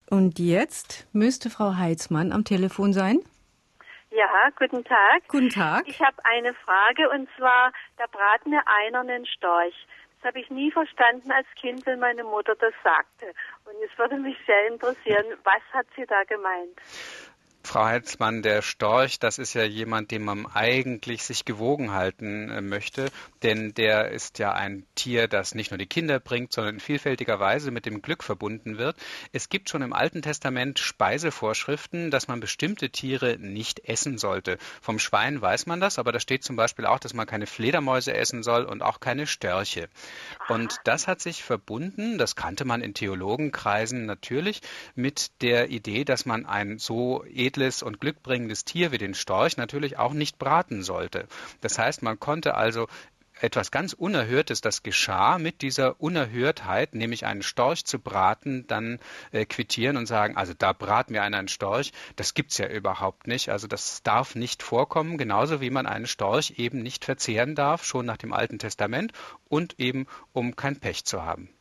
Und jetzt müsste Frau Heitzmann am Telefon sein. Ja, guten Tag. Guten Tag. Ich habe eine Frage, und zwar, da braten mir einer einen Storch. Das habe ich nie verstanden als Kind, wenn meine Mutter das sagte. Und es würde mich sehr interessieren, was hat sie da gemeint? Frau Heitzmann, der Storch, das ist ja jemand, dem man eigentlich sich gewogen halten möchte, denn der ist ja ein Tier, das nicht nur die Kinder bringt, sondern in vielfältiger Weise mit dem Glück verbunden wird. Es gibt schon im Alten Testament Speisevorschriften, dass man bestimmte Tiere nicht essen sollte. Vom Schwein weiß man das, aber da steht zum Beispiel auch, dass man keine Fledermäuse essen soll und auch keine Störche. Und das hat sich verbunden, das kannte man in Theologenkreisen natürlich, mit der Idee, dass man ein so edles und glückbringendes Tier wie den Storch natürlich auch nicht braten sollte. Das heißt, man konnte also etwas ganz Unerhörtes, das geschah mit dieser Unerhörtheit, nämlich einen Storch zu braten, dann quittieren und sagen, also da brat mir einer einen Storch, das gibt's ja überhaupt nicht, also das darf nicht vorkommen, genauso wie man einen Storch eben nicht verzehren darf, schon nach dem Alten Testament und eben um kein Pech zu haben.